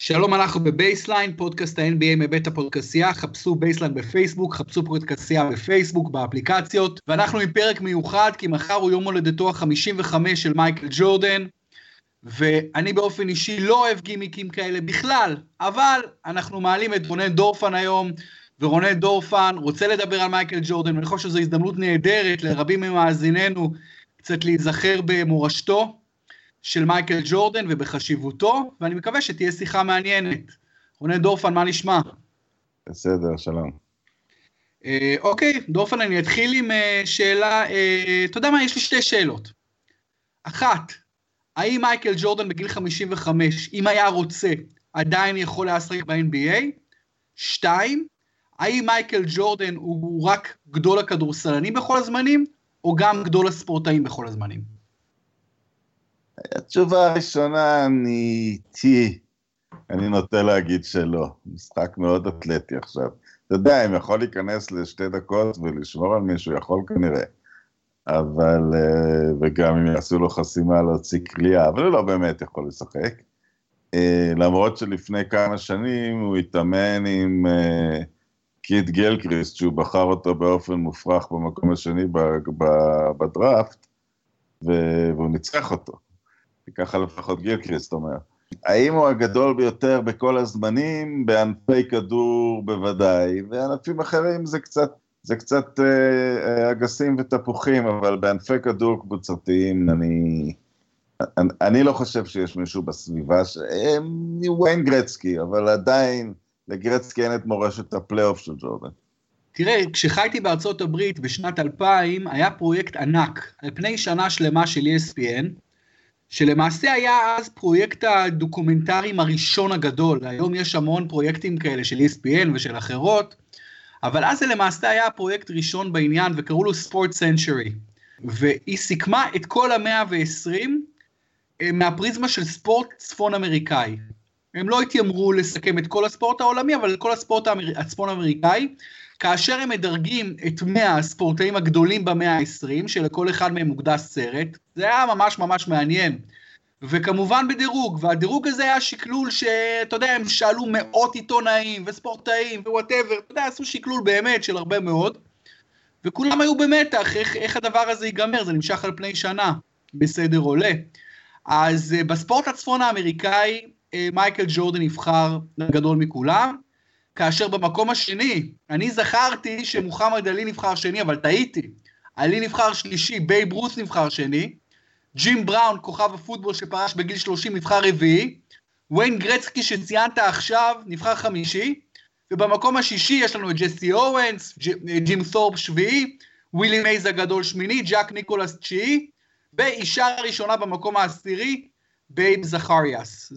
שלום, אנחנו בבייסליין, פודקאסט ה-NBA מבית הפודקאסייה, חפשו בייסליין בפייסבוק, חפשו פודקאסייה בפייסבוק, באפליקציות, ואנחנו עם פרק מיוחד, כי מחר הוא יום הולדתו ה-55 של מייקל ג'ורדן, ואני באופן אישי לא אוהב גימיקים כאלה בכלל, אבל אנחנו מעלים את רונן דורפן היום, ורונן דורפן רוצה לדבר על מייקל ג'ורדן, ואני חושב שזו הזדמנות נהדרת לרבים ממאזיננו קצת להיזכר במורשתו, של מייקל ג'ורדן ובחשיבותו, ואני מקווה שתהיה שיחה מעניינת. רונן דורפן, מה נשמע? בסדר, שלום. אוקיי, דורפן, אני אתחיל עם שאלה, אתה יודע מה, יש לי שתי שאלות. אחת, האם מייקל ג'ורדן בגיל 55, אם היה רוצה, עדיין יכול להשחק ב-NBA? שתיים, האם מייקל ג'ורדן הוא רק גדול הכדורסלנים בכל הזמנים, או גם גדול הספורטאים בכל הזמנים? התשובה הראשונה, אני נוטה להגיד שלא. משחק מאוד אתלטי עכשיו. אתה יודע, אם יכול להיכנס לשתי דקות ולשמור על מישהו, יכול כנראה. אבל, וגם אם יעשו לו חסימה להוציא קליעה, אבל הוא לא באמת יכול לשחק. למרות שלפני כמה שנים הוא התאמן עם קיט גילקריסט, שהוא בחר אותו באופן מופרך במקום השני בדראפט, והוא ניצח אותו. ככה לפחות גילקריסט אומר. האם הוא הגדול ביותר בכל הזמנים? בענפי כדור בוודאי, וענפים אחרים זה קצת אגסים ותפוחים, אבל בענפי כדור קבוצתיים אני לא חושב שיש מישהו בסביבה, וויין גרצקי, אבל עדיין לגרצקי אין את מורשת הפלייאוף של ג'ורדן. תראה, כשחייתי בארצות הברית בשנת 2000, היה פרויקט ענק, על פני שנה שלמה של ESPN, שלמעשה היה אז פרויקט הדוקומנטרים הראשון הגדול, היום יש המון פרויקטים כאלה של ESPN ושל אחרות, אבל אז זה למעשה היה הפרויקט ראשון בעניין, וקראו לו Sport Century, והיא סיכמה את כל ה-120 מהפריזמה של ספורט צפון אמריקאי. הם לא התיימרו לסכם את כל הספורט העולמי, אבל את כל הספורט הצפון אמריקאי, כאשר הם מדרגים את 100 הספורטאים הגדולים ב-120, שלכל אחד מהם מוקדש סרט, זה היה ממש ממש מעניין, וכמובן בדירוג, והדירוג הזה היה שקלול שאתה יודע, הם שאלו מאות עיתונאים וספורטאים ווואטאבר, אתה יודע, עשו שקלול באמת של הרבה מאוד, וכולם היו במתח, איך הדבר הזה ייגמר, זה נמשך על פני שנה, בסדר עולה. אז בספורט הצפון האמריקאי, מייקל ג'ורדן נבחר לגדול מכולם, כאשר במקום השני, אני זכרתי שמוחמד עלי נבחר שני, אבל טעיתי. עלי נבחר שלישי, בייב רות נבחר שני, ג'ים בראון, כוכב הפוטבול שפרש בגיל 30, נבחר רביעי, וויין גרצקי שציינת עכשיו, נבחר חמישי, ובמקום השישי יש לנו את ג'סי אורנס, ג'ים תורפ שביעי, ווילי מייז הגדול שמיני, ג'אק ניקולס תשיעי, ואישה הראשונה במקום העשירי, בייב זכריאס,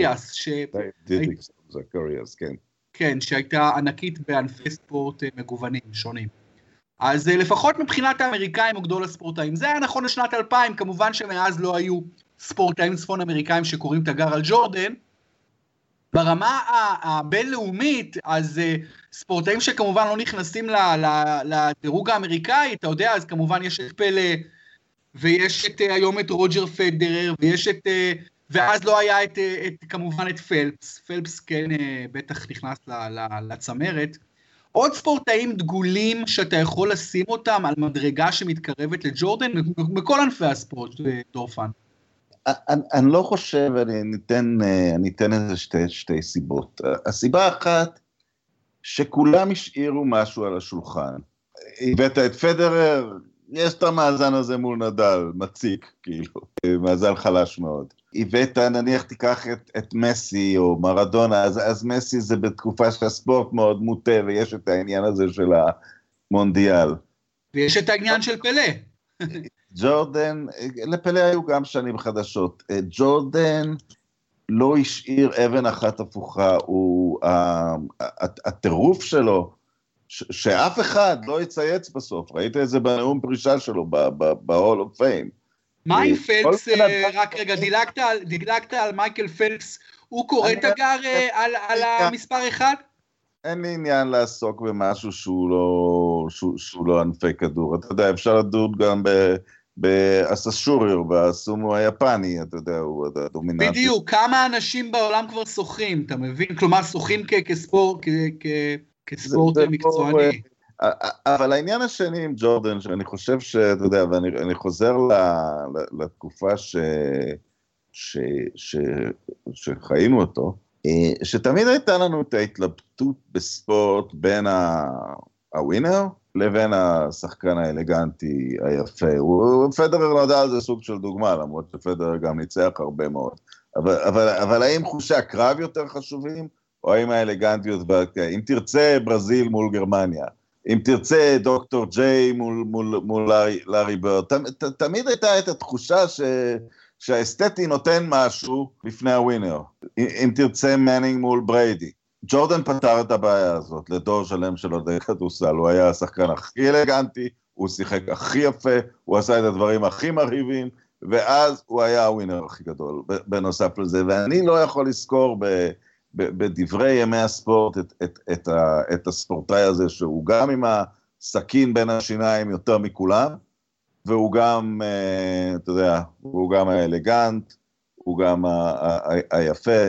זכריאס, כן. כן, שהייתה ענקית בענפי ספורט מגוונים, שונים. אז לפחות מבחינת האמריקאים או גדול הספורטאים, זה היה נכון לשנת 2000, כמובן שמאז לא היו ספורטאים צפון אמריקאים שקוראים תגר על ג'ורדן. ברמה הבינלאומית, אז ספורטאים שכמובן לא נכנסים לדירוג האמריקאי, אתה יודע, אז כמובן יש את פלא, ויש היום את רוג'ר פדרר, ויש את... ואז לא היה כמובן את פלפס, פלפס כן בטח נכנס לצמרת. עוד ספורטאים דגולים שאתה יכול לשים אותם על מדרגה שמתקרבת לג'ורדן, מכל ענפי הספורט, דורפן. אני לא חושב, אני אתן איזה שתי סיבות. הסיבה האחת, שכולם השאירו משהו על השולחן. הבאת את פדרר, יש את המאזן הזה מול נדל, מציק, כאילו, מאזן חלש מאוד. הבאת, נניח תיקח את מסי או מרדונה, אז מסי זה בתקופה שהספורט מאוד מוטה, ויש את העניין הזה של המונדיאל. ויש את העניין של פלא. ג'ורדן, לפלא היו גם שנים חדשות. ג'ורדן לא השאיר אבן אחת הפוכה, הטירוף שלו, שאף אחד לא יצייץ בסוף, ראית את זה בנאום פרישה שלו, ב-Hall of Fame. מה עם פלפס, רק רגע, דילגת על מייקל פלפס, הוא קורא תגר על המספר אחד? אין לי עניין לעסוק במשהו שהוא לא ענפי כדור, אתה יודע, אפשר לדון גם באסשוריו, בסומו היפני, אתה יודע, הוא הדומיננטי. בדיוק, כמה אנשים בעולם כבר שוחים, אתה מבין? כלומר, שוחים כספורט מקצועני. אבל העניין השני עם ג'ורדן, שאני חושב שאתה יודע, ואני חוזר לתקופה שחיינו אותו, שתמיד הייתה לנו את ההתלבטות בספורט בין הווינר לבין השחקן האלגנטי היפה. פדרר נדל זה סוג של דוגמה, למרות שפדרר גם ניצח הרבה מאוד. אבל האם חושי הקרב יותר חשובים, או האם האלגנטיות, אם תרצה ברזיל מול גרמניה, אם תרצה דוקטור ג'יי מול לארי ברד, תמיד הייתה את התחושה שהאסתטי נותן משהו לפני הווינר. אם תרצה מנינג מול בריידי. ג'ורדן פתר את הבעיה הזאת לדור שלם של אוהדי כדורסל, הוא היה השחקן הכי אלגנטי, הוא שיחק הכי יפה, הוא עשה את הדברים הכי מרהיבים, ואז הוא היה הווינר הכי גדול בנוסף לזה, ואני לא יכול לזכור בדברי ימי הספורט את הספורטאי הזה, שהוא גם עם הסכין בין השיניים יותר מכולם, והוא גם, אתה יודע, הוא גם האלגנט, הוא גם היפה,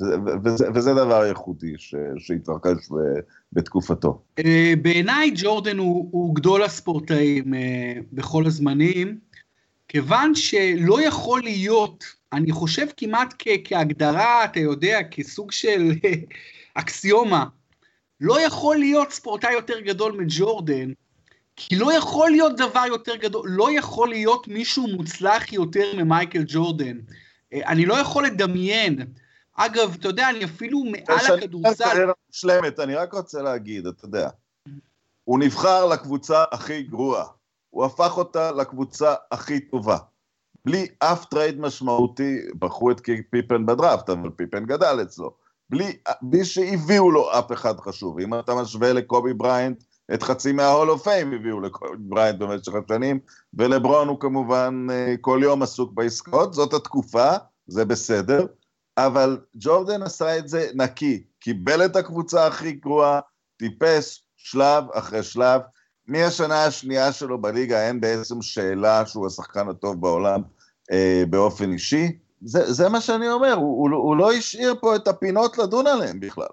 וזה דבר ייחודי שהתרחש בתקופתו. בעיניי ג'ורדן הוא גדול הספורטאים בכל הזמנים, כיוון שלא יכול להיות, אני חושב כמעט כהגדרה, אתה יודע, כסוג של אקסיומה, לא יכול להיות ספורטאי יותר גדול מג'ורדן, כי לא יכול להיות דבר יותר גדול, לא יכול להיות מישהו מוצלח יותר ממייקל ג'ורדן. אני לא יכול לדמיין. אגב, אתה יודע, אני אפילו מעל הכדורסל. אני רק רוצה להגיד, אתה יודע, הוא נבחר לקבוצה הכי גרועה, הוא הפך אותה לקבוצה הכי טובה. בלי אף טרייד משמעותי, בחרו את פיפן בדראפט, אבל פיפן גדל אצלו. בלי שהביאו לו אף אחד חשוב. אם אתה משווה לקובי בריינט, את חצי מההול אוף פיים הביאו לקובי בריינט במשך השנים, ולברון הוא כמובן כל יום עסוק בעסקאות, זאת התקופה, זה בסדר, אבל ג'ורדן עשה את זה נקי, קיבל את הקבוצה הכי גרועה, טיפס שלב אחרי שלב, מהשנה השנייה שלו בליגה אין בעצם שאלה שהוא השחקן הטוב בעולם באופן אישי, זה מה שאני אומר, הוא לא השאיר פה את הפינות לדון עליהם בכלל.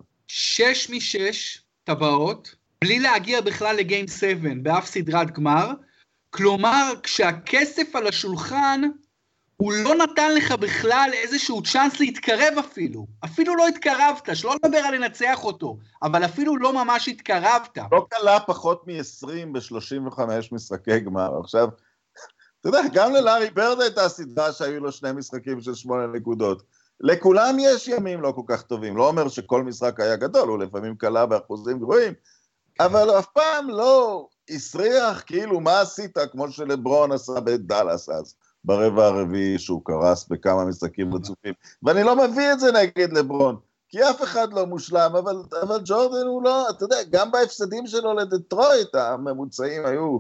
6 מ-6 טבעות, בלי להגיע בכלל לגיים 7 באף סדרת גמר, כלומר כשהכסף על השולחן, הוא לא נתן לך בכלל איזשהו צ'אנס להתקרב אפילו לא התקרבת, שלא לדבר על לנצח אותו, אבל אפילו לא ממש התקרבת. לא קלה פחות מ-20 ב-35 משחקי גמר, עכשיו, אתה יודע, גם ללארי ברד הייתה סדרה שהיו לו 2 משחקים של 8 נקודות, לכולם יש ימים לא כל כך טובים, לא אומר שכל משחק היה גדול, הוא לפעמים קלה באחוזים גבוהים, אבל אף פעם לא הסריח, כאילו מה עשית, כמו שלברון עשה בדלס אז. ברבע הרביעי שהוא קרס בכמה משחקים רצופים, ואני לא מביא את זה נגד לברון, כי אף אחד לא מושלם, אבל ג'ורדן הוא לא, אתה יודע, גם בהפסדים שלו לדטרויט, הממוצעים היו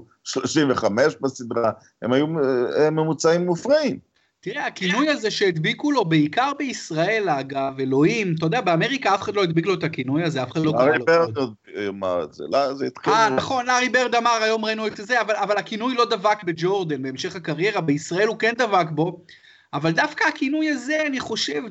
35 בסדרה, הם היו ממוצעים מופרעים. תראה, הכינוי הזה שהדביקו לו, בעיקר בישראל, אגב, אלוהים, אתה יודע, באמריקה אף אחד לא הדביק לו את הכינוי הזה, אף אחד לא קרא לו. לארי ברד אמר את זה, זה התחיל... נכון, לארי ברד אמר, היום ראינו את זה, אבל הכינוי לא דבק בג'ורדן, בהמשך הקריירה, בישראל הוא כן דבק בו, אבל דווקא הכינוי הזה, אני חושב,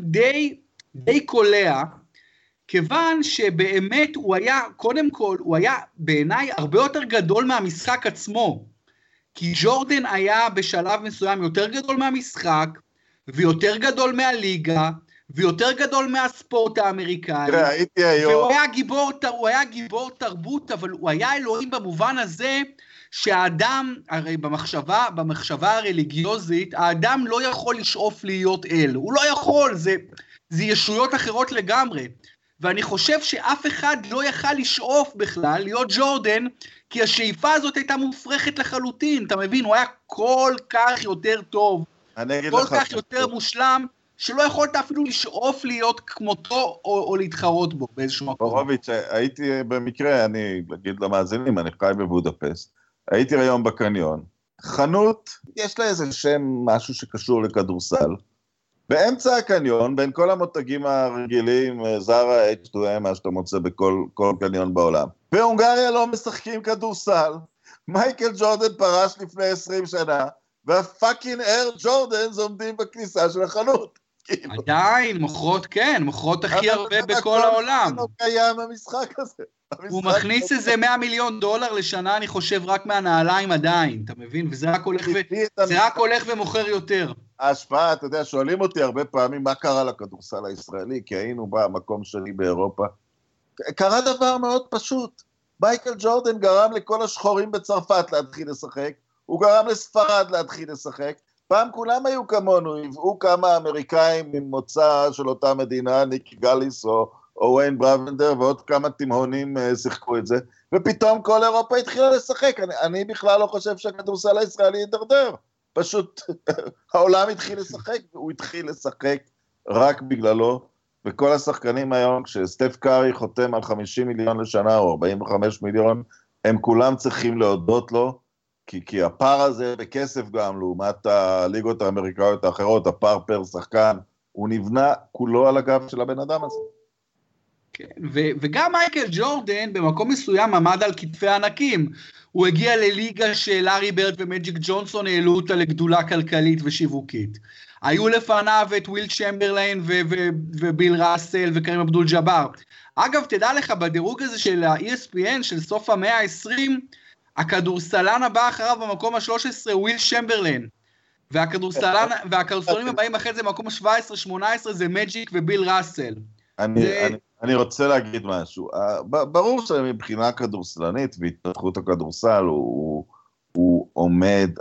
די קולע, כיוון שבאמת הוא היה, קודם כל, הוא היה בעיניי הרבה יותר גדול מהמשחק עצמו, כי ג'ורדן היה בשלב מסוים יותר גדול מהמשחק, ויותר גדול מהליגה, ויותר גדול מהספורט האמריקאי. ראיתי היום. והוא היה גיבור תרבות, אבל הוא היה אלוהים במובן הזה, שהאדם, הרי במחשבה הרליגיוזית, האדם לא יכול לשאוף להיות אל. הוא לא יכול, זה ישויות אחרות לגמרי. ואני חושב שאף אחד לא יכל לשאוף בכלל להיות ג'ורדן, כי השאיפה הזאת הייתה מופרכת לחלוטין, אתה מבין? הוא היה כל כך יותר טוב, כל כך יותר מושלם, שלא יכולת אפילו לשאוף להיות כמותו, או להתחרות בו באיזשהו מקום. הורוביץ', הייתי במקרה, אני אגיד למאזינים, אני חי בבודפסט, הייתי היום בקניון, חנות, יש לה איזה שם, משהו שקשור לכדורסל, באמצע הקניון, בין כל המותגים הרגילים, זרה, H2M, מה שאתה מוצא בכל קניון בעולם. בהונגריה לא משחקים כדורסל, מייקל ג'ורדן פרש לפני 20 שנה, והפאקינג אייר ג'ורדנס עומדים בכניסה של החנות. עדיין, מוכרות הכי הרבה בכל העולם. לא קיים המשחק הזה. הוא מכניס איזה $100 מיליון לשנה, אני חושב, רק מהנעליים עדיין, אתה מבין? וזה רק הולך ומוכר יותר. ההשפעה, אתה יודע, שואלים אותי הרבה פעמים, מה קרה לכדורסל הישראלי, כי היינו במקום שני באירופה. קרה דבר מאוד פשוט. מייקל ג'ורדן גרם לכל השחורים בצרפת להתחיל לשחק, הוא גרם לספרד להתחיל לשחק, פעם כולם היו כמונו, הבאו כמה אמריקאים ממוצא של אותה מדינה, ניק גליס או ויין ברוונדר, ועוד כמה תימהונים שיחקו את זה, ופתאום כל אירופה התחילה לשחק. אני בכלל לא חושב שהכדורסל הישראלי ידרדר, פשוט העולם התחיל לשחק, והוא התחיל לשחק רק בגללו, וכל השחקנים היום, כשסטף קארי חותם על 50 מיליון לשנה, או 45 מיליון, הם כולם צריכים להודות לו, כי הפער הזה בכסף גם, לעומת הליגות האמריקאיות האחרות, הפער פר שחקן, הוא נבנה כולו על הגב של הבן אדם הזה. כן, וגם מייקל ג'ורדן במקום מסוים עמד על כתפי ענקים, הוא הגיע לליגה של לארי ברד ומג'יק ג'ונסון, העלו אותה לגדולה כלכלית ושיווקית. היו לפניו את וויל צ'מברליין וביל ראסל וקרים אבדול ג'אבר. אגב, תדע לך, בדירוג הזה של ה-ESPN של סוף המאה ה-20, הכדורסלן הבא אחריו במקום ה-13 וויל צ'מברליין, והכדורסלנים הבאים אחרי זה במקום ה-17-18 זה מג'יק וביל ראסל. אני רוצה להגיד משהו, ברור שמבחינה כדורסלנית והתפתחות הכדורסל הוא עומד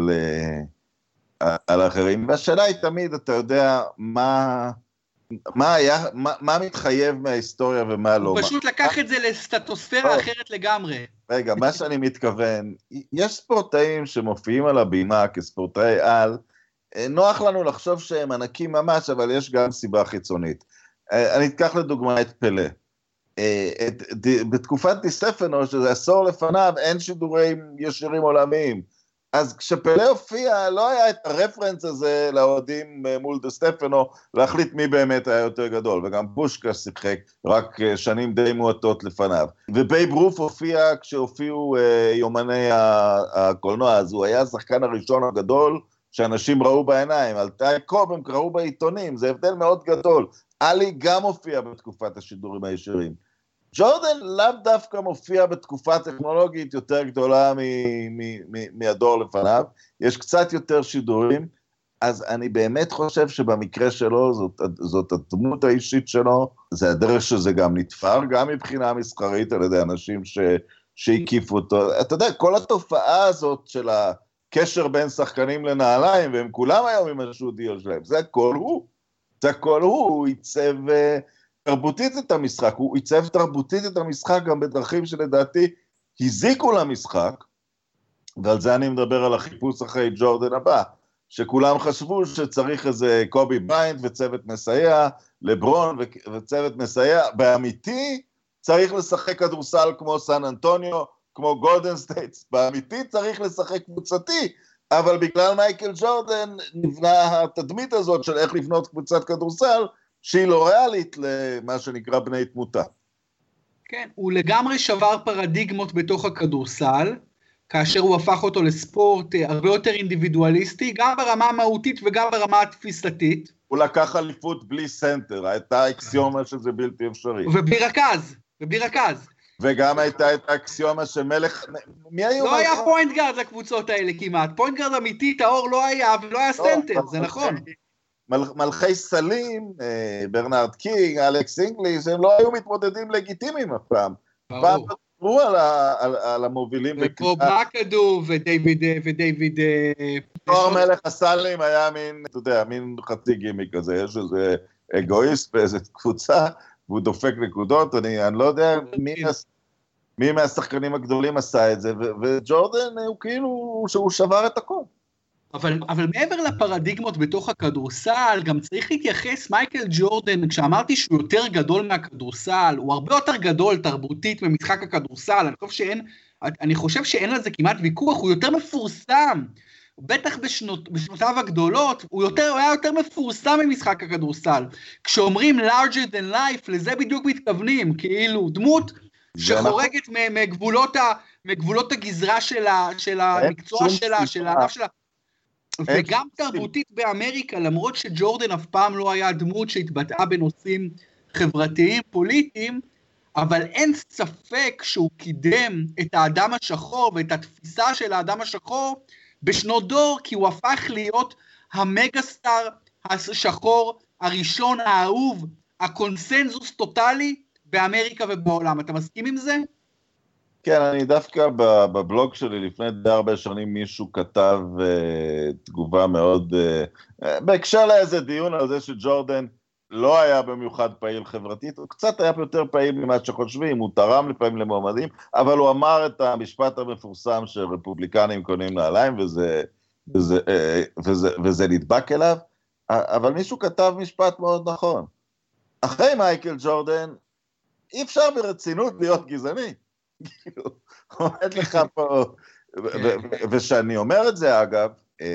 על אחרים, והשאלה היא תמיד, אתה יודע, מה מתחייב מההיסטוריה ומה לא. הוא פשוט לקח את זה לסטטוספירה אחרת לגמרי. רגע, מה שאני מתכוון, יש ספורטאים שמופיעים על הבימה כספורטאי על, נוח לנו לחשוב שהם ענקים ממש, אבל יש גם סיבה חיצונית. אני אקח לדוגמה את פלה. בתקופת די סטפנו, שזה עשור לפניו, אין שידורים ישירים עולמיים. אז כשפלה הופיע, לא היה את הרפרנס הזה לאוהדים מול די סטפנו, להחליט מי באמת היה יותר גדול, וגם פושקה שיחק רק שנים די מועטות לפניו. ובייב רוף הופיע כשהופיעו יומני הקולנוע, אז הוא היה השחקן הראשון הגדול, שאנשים ראו בעיניים, על תאי קוב הם קראו בעיתונים, זה הבדל מאוד גדול. אלי גם הופיע בתקופת השידורים הישירים. ג'ורדן לאו דווקא מופיע בתקופה טכנולוגית יותר גדולה מהדור לפניו, יש קצת יותר שידורים, אז אני באמת חושב שבמקרה שלו, זאת הדמות האישית שלו, זה הדרך שזה גם נתפר, גם מבחינה מסחרית על ידי אנשים שהקיפו אותו. אתה יודע, כל התופעה הזאת של הקשר בין שחקנים לנעליים, והם כולם היום עם השודיו שלהם, זה הכל הוא. הוא ייצב תרבותית את המשחק, הוא ייצב תרבותית את המשחק גם בדרכים שלדעתי הזיקו למשחק, ועל זה אני מדבר על החיפוש אחרי ג'ורדן הבא, שכולם חשבו שצריך איזה קובי בריינט וצוות מסייע, לברון וצוות מסייע, באמיתי צריך לשחק כדורסל כמו סן אנטוניו, כמו גולדן סטייטס, באמיתי צריך לשחק קבוצתי, אבל בגלל מייקל ג'ורדן נבנה התדמית הזאת של איך לבנות קבוצת כדורסל, שהיא לא ריאלית למה שנקרא בני תמותה. כן, הוא לגמרי שבר פרדיגמות בתוך הכדורסל, כאשר הוא הפך אותו לספורט הרבה יותר אינדיבידואליסטי, גם ברמה המהותית וגם ברמה התפיסתית. הוא לקח אליפות בלי סנטר, הייתה אקסיומה שזה בלתי אפשרי. ובלי רכז. וגם הייתה את האקסיומה שמלך... לא היה פוינט גארד לקבוצות האלה כמעט, פוינט גארד אמיתי, טהור לא היה, ולא היה סנטר, זה נכון. מלכי סלים, ברנרד קינג, אלכס אינגליש, הם לא היו מתמודדים לגיטימיים אף פעם. פעם דיברו על המובילים. ופה מקדו ודייוויד... תואר מלך הסלים היה מין, אתה יודע, מין חצי גימי כזה, יש איזה אגואיסט באיזו קבוצה, והוא דופק נקודות, אני לא יודע מי מהשחקנים הגדולים עשה את זה, וג'ורדן הוא כאילו, שהוא שבר את הכל. אבל מעבר לפרדיגמות בתוך הכדורסל, גם צריך להתייחס, מייקל ג'ורדן, כשאמרתי שהוא יותר גדול מהכדורסל, הוא הרבה יותר גדול תרבותית ממשחק הכדורסל, אני חושב שאין לזה כמעט ויכוח, הוא יותר מפורסם, בטח בשנותיו הגדולות, הוא היה יותר מפורסם ממשחק הכדורסל. כשאומרים larger than life, לזה בדיוק מתכוונים, כאילו דמות שחורגת מגבולות הגזרה של המקצוע שלה, של הענף שלה. וגם תרבותית באמריקה, למרות שג'ורדן אף פעם לא היה דמות שהתבטאה בנושאים חברתיים, פוליטיים, אבל אין ספק שהוא קידם את האדם השחור ואת התפיסה של האדם השחור בשנות דור, כי הוא הפך להיות המגסטר השחור הראשון האהוב, הקונסנזוס טוטלי באמריקה ובעולם. אתה מסכים עם זה? כן, אני דווקא בבלוג שלי לפני די הרבה שנים מישהו כתב תגובה מאוד, בהקשר לאיזה דיון על זה שג'ורדן לא היה במיוחד פעיל חברתית, הוא קצת היה יותר פעיל ממה שחושבים, הוא תרם לפעמים למועמדים, אבל הוא אמר את המשפט המפורסם שרפובליקנים קונים נעליים, וזה נדבק אליו, אבל מישהו כתב משפט מאוד נכון. אחרי מייקל ג'ורדן, אי אפשר ברצינות להיות גזעני. עומד לך פה, ושאני אומר את זה אגב,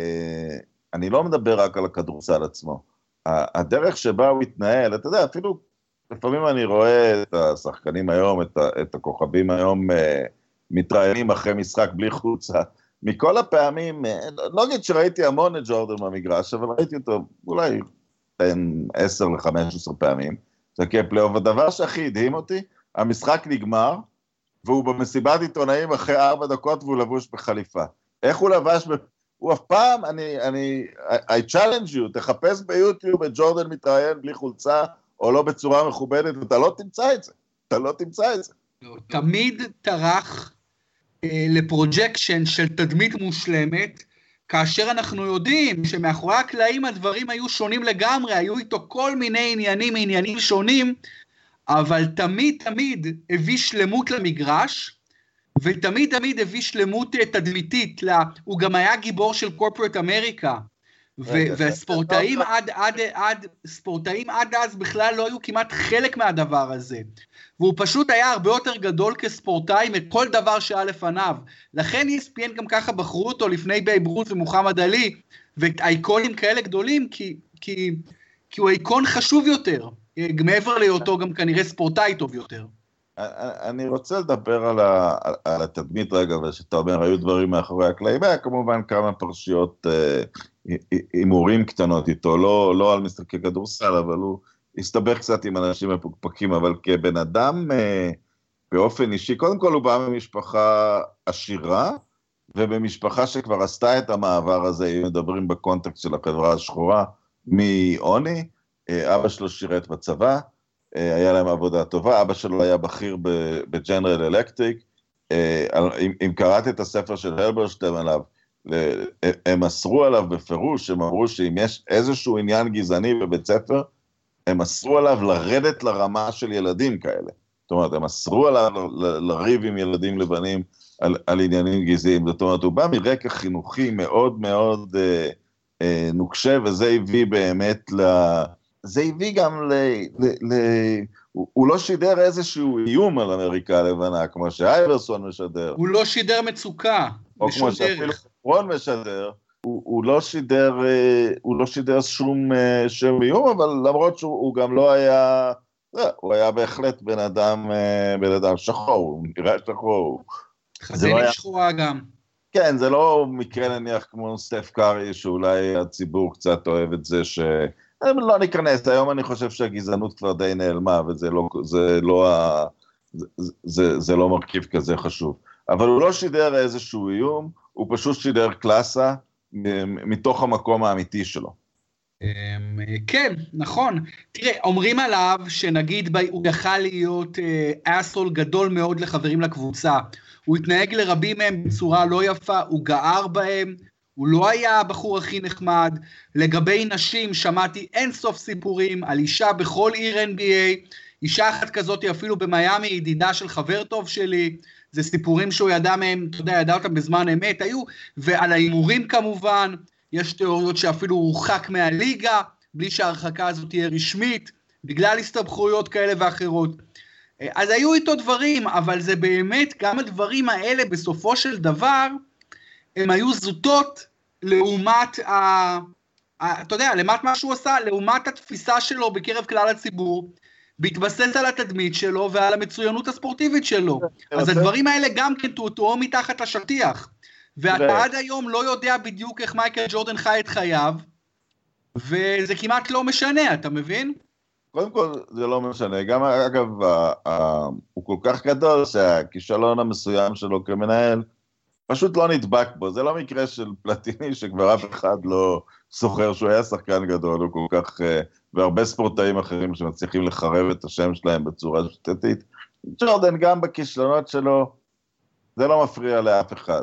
אני לא מדבר רק על הכדורסל עצמו, הדרך שבה הוא התנהל, אתה יודע, אפילו לפעמים אני רואה את השחקנים היום, את הכוכבים היום, מתראיינים אחרי משחק בלי חוצה, מכל הפעמים, לא אגיד שראיתי המון את ג'ורדן במגרש, אבל ראיתי אותו אולי בין 10 ל-15 פעמים, זה כפלייאוף, הדבר שהכי הדהים אותי, המשחק נגמר, והוא במסיבת עיתונאים אחרי 4 דקות, והוא לבוש בחליפה. איך הוא לבש? הוא אף פעם, I challenge you, תחפש ביוטיוב את ג'ורדן מתראיין בלי חולצה, או לא בצורה מכובדת, ואתה לא תמצא את זה. אתה לא תמצא את זה. תמיד טרח לפרוג'קשן של תדמית מושלמת, כאשר אנחנו יודעים שמאחורי הקלעים הדברים היו שונים לגמרי, היו איתו כל מיני עניינים שונים, אבל תמיד הביא שלמות למגרש, ותמיד הביא שלמות תדמיתית, הוא גם היה גיבור של קורפורט אמריקה, וספורטאים ספורטאים עד אז בכלל לא היו כמעט חלק מהדבר הזה, והוא פשוט היה הרבה יותר גדול כספורטאי מכל דבר שהיה לפניו, לכן ESPN גם ככה בחרו אותו לפני בייב רות ומוחמד עלי, ואייקונים כאלה גדולים, כי הוא אייקון חשוב יותר, מעבר להיותו גם כנראה ספורטאי טוב יותר. אני רוצה לדבר על התדמית רגע, ושאתה אומר, היו דברים מאחורי הקלעים, היה כמובן כמה פרשיות הימורים קטנות איתו, לא על משחקי כדורסל, אבל הוא הסתבך קצת עם אנשים מפוקפקים, אבל כבן אדם באופן אישי, קודם כל הוא בא ממשפחה עשירה, ובמשפחה שכבר עשתה את המעבר הזה, אם מדברים בקונטקסט של החברה השחורה, מעוני, אבא שלו שירת בצבא, היה להם עבודה טובה, אבא שלו היה בכיר בג'נרל אלקטריק, אם קראת את הספר של הלברשטיין עליו, הם אסרו עליו בפירוש, הם אמרו שאם יש איזשהו עניין גזעני בבית ספר, הם אסרו עליו לרדת לרמה של ילדים כאלה. זאת אומרת, הם אסרו עליו לריב עם ילדים לבנים על עניינים גזעיים. זאת אומרת, הוא בא מרקע חינוכי מאוד מאוד נוקשה, וזה הביא באמת זה הביא גם הוא לא שידר איזשהו איום על אמריקה הלבנה, כמו שאייברסון משדר. הוא לא שידר מצוקה. או כמו שאפילו פרון משדר, הוא לא שידר שום איום, אבל למרות שהוא גם לא היה, הוא היה בהחלט בן אדם שחור, הוא נראה שחור. חזינים שחורה גם. כן, זה לא מקרה נניח כמו סטף קארי, שאולי הציבור קצת אוהב את זה לא ניכנס, היום אני חושב שהגזענות כבר די נעלמה, זה לא מרכיב כזה חשוב. אבל הוא לא שידר איזשהו איום, הוא פשוט שידר קלאסה מתוך המקום האמיתי שלו. כן, נכון. תראה, אומרים עליו שנגיד הוא יכל להיות אסול גדול מאוד לחברים לקבוצה, הוא התנהג לרבים מהם בצורה לא יפה, הוא גער בהם, הוא לא היה הבחור הכי נחמד, לגבי נשים שמעתי אין סוף סיפורים, על אישה בכל עיר NBA, אישה אחת כזאת אפילו במיימי, ידידה של חבר טוב שלי, זה סיפורים שהוא ידע מהם, אתה יודע, ידע אותם בזמן אמת, היו, ועל ההימורים כמובן, יש תיאוריות שאפילו הוא הורחק מהליגה, בלי שההרחקה הזאת תהיה רשמית, בגלל הסתבכויות כאלה ואחרות. אז היו איתו דברים, אבל זה באמת, גם הדברים האלה בסופו של דבר, הם היו זוטות לעומת, אתה יודע, לעומת מה שהוא עשה, לעומת התפיסה שלו בקרב כלל הציבור, בהתבסס על התדמית שלו ועל המצוינות הספורטיבית שלו. אז הדברים האלה גם כן תוארו מתחת לשטיח. ואתה עד היום לא יודע בדיוק איך מייקל ג'ורדן חי את חייו, וזה כמעט לא משנה, אתה מבין? קודם כל, זה לא משנה. גם, אגב, הוא כל כך גדול שהכישלון המסוים שלו כמנהל, פשוט לא נדבק בו. זה לא מקרה של פלטיני שכבר אף אחד לא סוחר שהוא היה שחקן גדול, הוא כל כך, והרבה ספורטאים אחרים שמצליחים לחרב את השם שלהם בצורה שיטתית. ג'ורדן גם בכישלונות שלו, זה לא מפריע לאף אחד.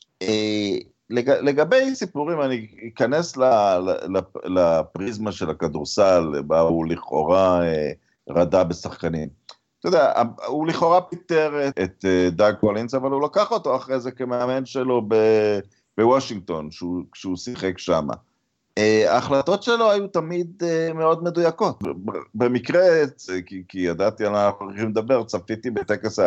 לגבי סיפורים, אני אכנס לפריזמה של הכדורסל, בה הוא לכאורה רדה בשחקנים. אתה יודע, הוא לכאורה פיטר את דאג קולינס, אבל הוא לקח אותו אחרי זה כמאמן שלו בוושינגטון, כשהוא שיחק שם. ההחלטות שלו היו תמיד מאוד מדויקות. במקרה, כי ידעתי על מה אנחנו הולכים לדבר, צפיתי בטקס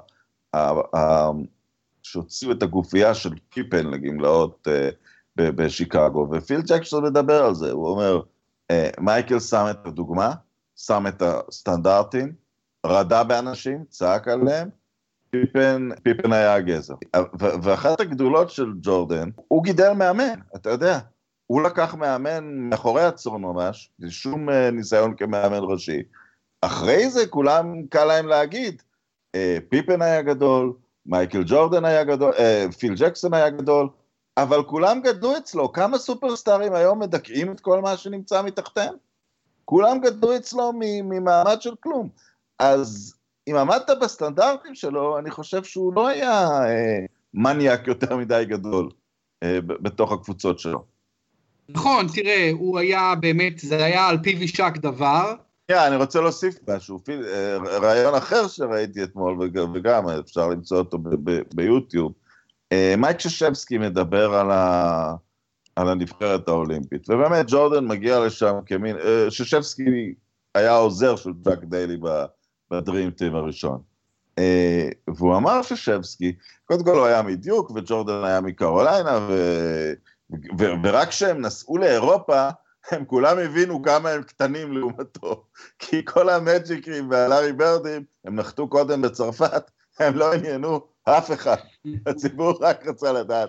שהוציאו את הגופייה של פיפן לגמלאות בשיקגו, ופיל ג'קסון מדבר על זה, הוא אומר, מייקל שם את הדוגמה, שם את הסטנדרטים, רדה באנשים, צעק עליהם, פיפן היה הגזר. ואחת הגדולות של ג'ורדן, הוא גידל מאמן, אתה יודע, הוא לקח מאמן מאחורי הצור ממש, שום ניסיון כמאמן ראשי, אחרי זה כולם קל להם להגיד, פיפן היה גדול, מייקל ג'ורדן היה גדול, פיל ג'קסון היה גדול, אבל כולם גדלו אצלו, כמה סופרסטארים היום מדכאים את כל מה שנמצא מתחתיהם? כולם גדלו אצלו ממעמד של כלום. אז אם עמדת בסטנדרטים שלו, אני חושב שהוא לא היה מניאק יותר מדי גדול בתוך הקבוצות שלו. נכון, תראה, הוא היה באמת, זה היה על פיו יישק דבר. אני רוצה להוסיף משהו, רעיון אחר שראיתי אתמול, וגם אפשר למצוא אותו ביוטיוב, מייק ששבסקי מדבר על הנבחרת האולימפית, ובאמת ג'ורדן מגיע לשם כמין, ששבסקי היה העוזר של ג'ק דיילי בדרים טים הראשון, והוא אמר ששבסקי, קודם כל הוא היה מדיוק, וג'ורדן היה מקרוליינה, ורק כשהם נסעו לאירופה, הם כולם הבינו כמה הם קטנים לעומתו, כי כל המג'יקרים והלארי ברדים, הם נחתו קודם בצרפת, הם לא עניינו אף אחד, הציבור רק רצה לדעת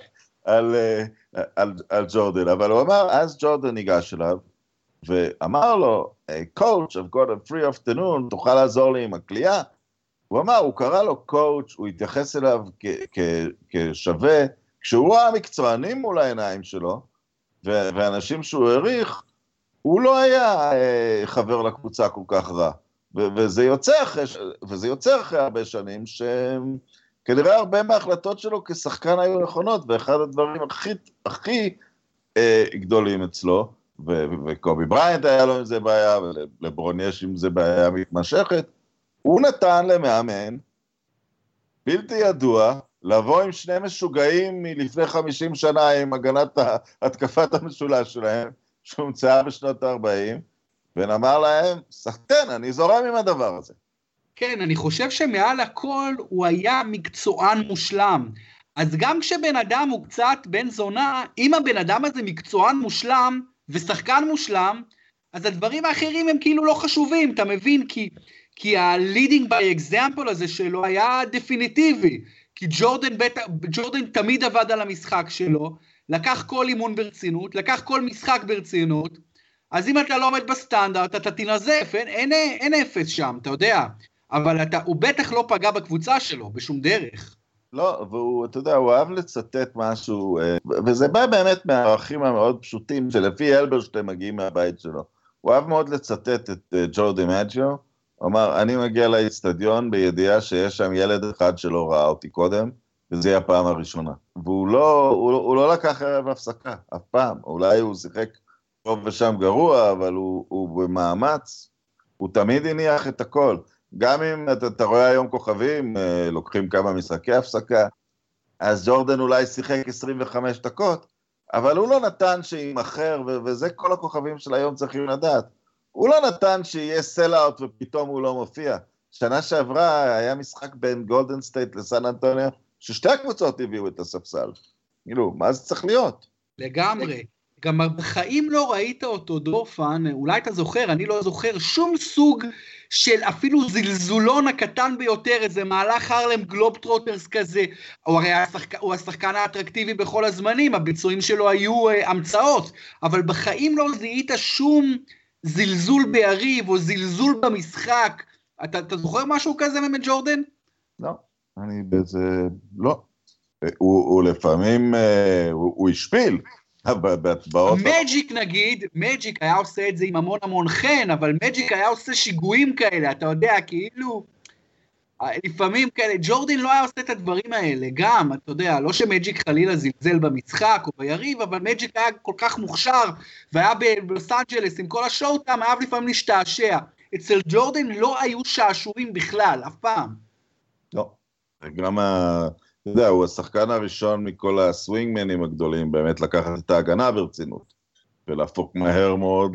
על ג'ורדן, אבל הוא אמר, אז ג'ורדן ניגש אליו, ואמר לו, coach, I've got a free afternoon, תוכל לעזור לי עם הקליעה? הוא אמר, הוא קרא לו coach, הוא התייחס אליו כשווה, כשהוא ראה מקצוענים מול העיניים שלו, ואנשים שהוא העריך, הוא לא היה חבר לקבוצה כל כך רע, וזה יוצא אחרי הרבה שנים, שכנראה הרבה מההחלטות שלו כשחקן היו נכונות, ואחד הדברים הכי גדולים אצלו, וקובי בריינט היה לו עם זה בעיה, ולברון יש עם זה בעיה מתמשכת, הוא נתן למאמן, בלתי ידוע, לבוא עם שני משוגעים מלפני 50 שנה עם הגנת התקפת המשולש שלהם, שהומצאה בשנות ה-40, ונאמר להם, סחטן, אני זורם עם הדבר הזה. כן, אני חושב שמעל הכל הוא היה מקצוען מושלם. אז גם כשבן אדם הוא קצת בן זונה, אם הבן אדם הזה מקצוען מושלם ושחקן מושלם, אז הדברים האחרים הם כאילו לא חשובים, אתה מבין? כי ה-leading by example הזה שלו היה דפיניטיבי. כי ג'ורדן תמיד עבד על המשחק שלו, לקח כל אימון ברצינות, לקח כל משחק ברצינות, אז אם אתה לא עומד בסטנדרט, אתה תנזף, אין אפס שם, אתה יודע, אבל הוא בטח לא פגע בקבוצה שלו, בשום דרך. לא, והוא, אתה יודע, הוא אהב לצטט משהו, וזה בא באמת מהערכים המאוד פשוטים, שלפי אלברשטיין מגיעים מהבית שלו. הוא אהב מאוד לצטט את ג'ו דימג'יו, הוא אמר, אני מגיע לאצטדיון בידיעה שיש שם ילד אחד שלא ראה אותי קודם, וזה יהיה הפעם הראשונה. והוא לא לקח ערב הפסקה, אף פעם. אולי הוא שיחק טוב ושם גרוע, אבל הוא במאמץ, הוא תמיד הניח את הכל. גם אם אתה רואה היום כוכבים, לוקחים כמה משחקי הפסקה, אז ג'ורדן אולי שיחק 25 דקות, אבל הוא לא נתן שימחר, וזה כל הכוכבים של היום צריכים לדעת. הוא לא נתן שיהיה סל-אוט ופתאום הוא לא מופיע. שנה שעברה היה משחק בין גולדן סטייט לסן אנטוניו, ששתי הקבוצות הביאו את הספסל. כאילו, מה זה צריך להיות? לגמרי. גם בחיים לא ראית אותו דורפן, אולי אתה זוכר, אני לא זוכר, שום סוג של אפילו זלזולון הקטן ביותר, איזה מהלך הרלם גלובטרוטרס כזה, הוא השחקן האטרקטיבי בכל הזמנים, הביצועים שלו היו המצאות, אבל בחיים לא זיהית שום זלזול ביריב, או זלזול במשחק. אתה זוכר משהו כזה מג'ורדן? לא, אני בזה, לא. הוא לפעמים, הוא השפיל. מג'יק נגיד, מג'יק היה עושה את זה עם המון המון חן, אבל מג'יק היה עושה שיגועים כאלה, אתה יודע, כאילו, לפעמים כאלה, ג'ורדן לא היה עושה את הדברים האלה, גם, אתה יודע, לא שמג'יק חלילה זלזל במשחק או ביריב, אבל מג'יק היה כל כך מוכשר, והיה בלוס אנג'לס עם כל השואוטם, היה לפעמים להשתעשע. אצל ג'ורדן לא היו שעשועים בכלל, אף פעם. לא, גם אתה יודע, הוא השחקן הראשון מכל הסווינגמנים הגדולים, באמת לקחת את ההגנה ברצינות, ולהפוך מהר מאוד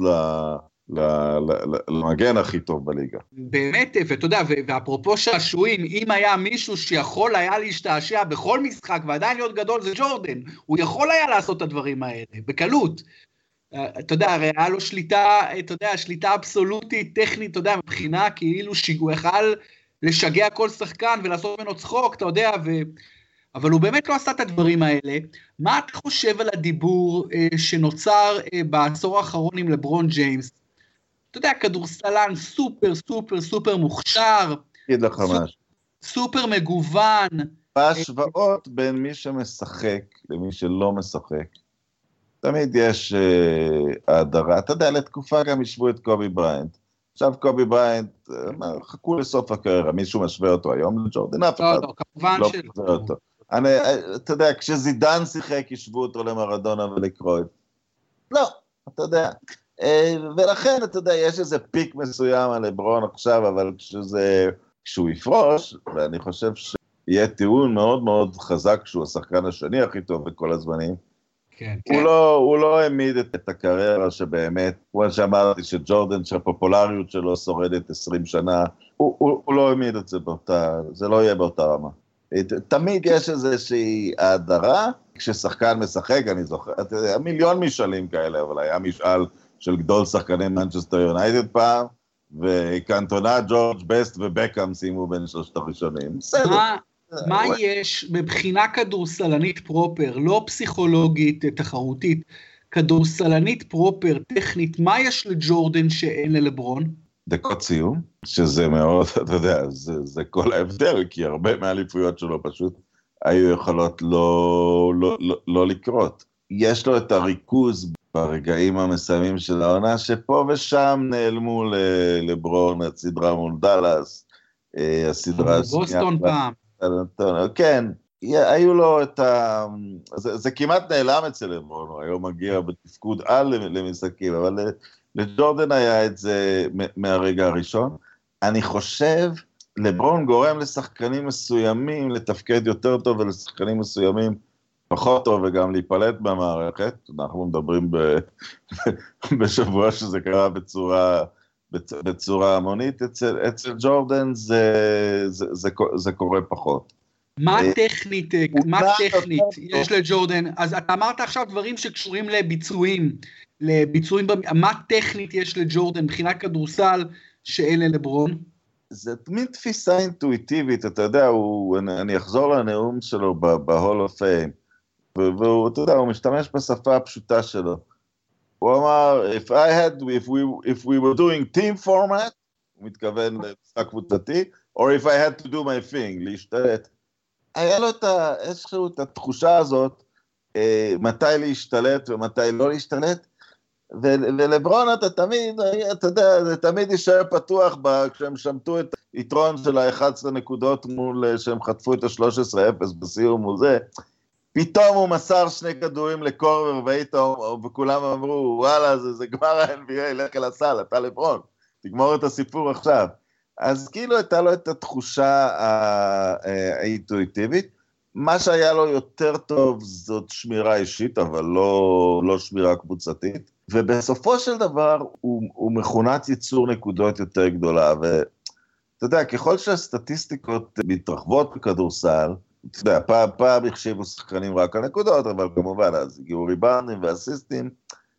למגן הכי טוב בליגה. באמת, ואתה יודע, ואפרופו שעשועים, אם היה מישהו שיכול היה להשתעשע בכל משחק, ועדיין להיות גדול, זה ג'ורדן. הוא יכול היה לעשות את הדברים האלה, בקלות. אתה יודע, הרי היה לו שליטה, אתה יודע, שליטה אבסולוטית, טכנית, אתה יודע, מבחינה כאילו הוא יכל לשגע כל שחקן ולעשות ממנו צחוק, אתה יודע, אבל הוא באמת לא עשה את הדברים האלה. מה אתה חושב על הדיבור שנוצר בעשור האחרון עם לברון ג'יימס? אתה יודע, כדורסלן סופר סופר סופר מוכשר, אגיד לך משהו. סופר מגוון. בהשוואות בין מי שמשחק למי שלא משחק, תמיד יש הדרה. אתה יודע, לתקופה גם ישבו את קובי בריינט. עכשיו קובי בריינט, חכו לסוף הקריירה, מישהו משווה אותו היום לג'ורדן, אף אחד לא משווה אותו. אתה יודע, כשזידן שיחק, ישבו אותו למרדונה ולקרויף. לא, אתה יודע. ולכן, אתה יודע, יש איזה פיק מסוים על לברון עכשיו, אבל כשהוא יפרוש, ואני חושב שיהיה טיעון מאוד מאוד חזק, שהוא השחקן השני הכי טוב בכל הזמנים, כן, הוא לא העמיד את הקריירה שבאמת, כמו שאמרתי שג'ורדן, שהפופולריות שלו שורדת 20 שנה, הוא לא העמיד את זה זה לא יהיה באותה רמה. תמיד יש איזושהי הדרה, כששחקן משחק, אני זוכר, אתה יודע, מיליון משאלים כאלה, אבל היה משאל של גדול שחקני מנצ'סטר יונייטד פעם, וקנטונה, ג'ורג' בסט ובקאם סיימו בין שלושת הראשונים. בסדר. מה יש מבחינה כדורסלנית פרופר, לא פסיכולוגית תחרותית, כדורסלנית פרופר, טכנית, מה יש לג'ורדן שאין ללברון? דקות סיום, שזה מאוד, אתה יודע, זה כל ההבדל, כי הרבה מהאליפויות שלו פשוט היו יכולות לא לקרות. יש לו את הריכוז ברגעים המסיימים של העונה, שפה ושם נעלמו לברון, הסדרה מול דלס, הסדרה בוסטון פעם. כן, היו לו את זה כמעט נעלם אצל לברון, הוא היום מגיע בתפקוד על למשחקים, אבל לג'ורדן היה את זה מהרגע הראשון. אני חושב, לברון גורם לשחקנים מסוימים לתפקד יותר טוב, ולשחקנים מסוימים פחות טוב, וגם להיפלט במערכת. אנחנו מדברים בשבוע שזה קרה בצורה המונית, אצל ג'ורדן זה קורה פחות. מה טכנית יש לג'ורדן? אז אתה אמרת עכשיו דברים שקשורים לביצועים, מה טכנית יש לג'ורדן מבחינת כדורסל שאין ללברון? זה תמיד תפיסה אינטואיטיבית, אתה יודע, אני אחזור לנאום שלו בהול אוף פיים, והוא, אתה יודע, הוא משתמש בשפה הפשוטה שלו. הוא אמר, if we were doing team format, הוא מתכוון למשחק קבוצתי, or if I had to do my thing, להשתלט. היה לו איזשהו את התחושה הזאת, מתי להשתלט ומתי לא להשתלט, ולברון אתה תמיד, אתה יודע, זה תמיד יישאר פתוח כשהם שמטו את היתרון של ה-11 נקודות מול שהם חטפו את ה-13-0 בסיום וזה, פתאום הוא מסר 2 כדורים לקורבר ואיתו, וכולם אמרו, וואלה, זה גמר ה-NBA, לך אל הסל, אתה לברון, תגמור את הסיפור עכשיו. אז כאילו הייתה לו את התחושה האינטואיטיבית, מה שהיה לו יותר טוב זאת שמירה אישית, אבל לא שמירה קבוצתית, ובסופו של דבר הוא מכונת ייצור נקודות יותר גדולה, ואתה יודע, ככל שהסטטיסטיקות מתרחבות בכדורסל, אתה יודע, פעם החשיבו שחקנים רק על נקודות, אבל כמובן, אז הגיעו ריבאונדים ואסיסטים,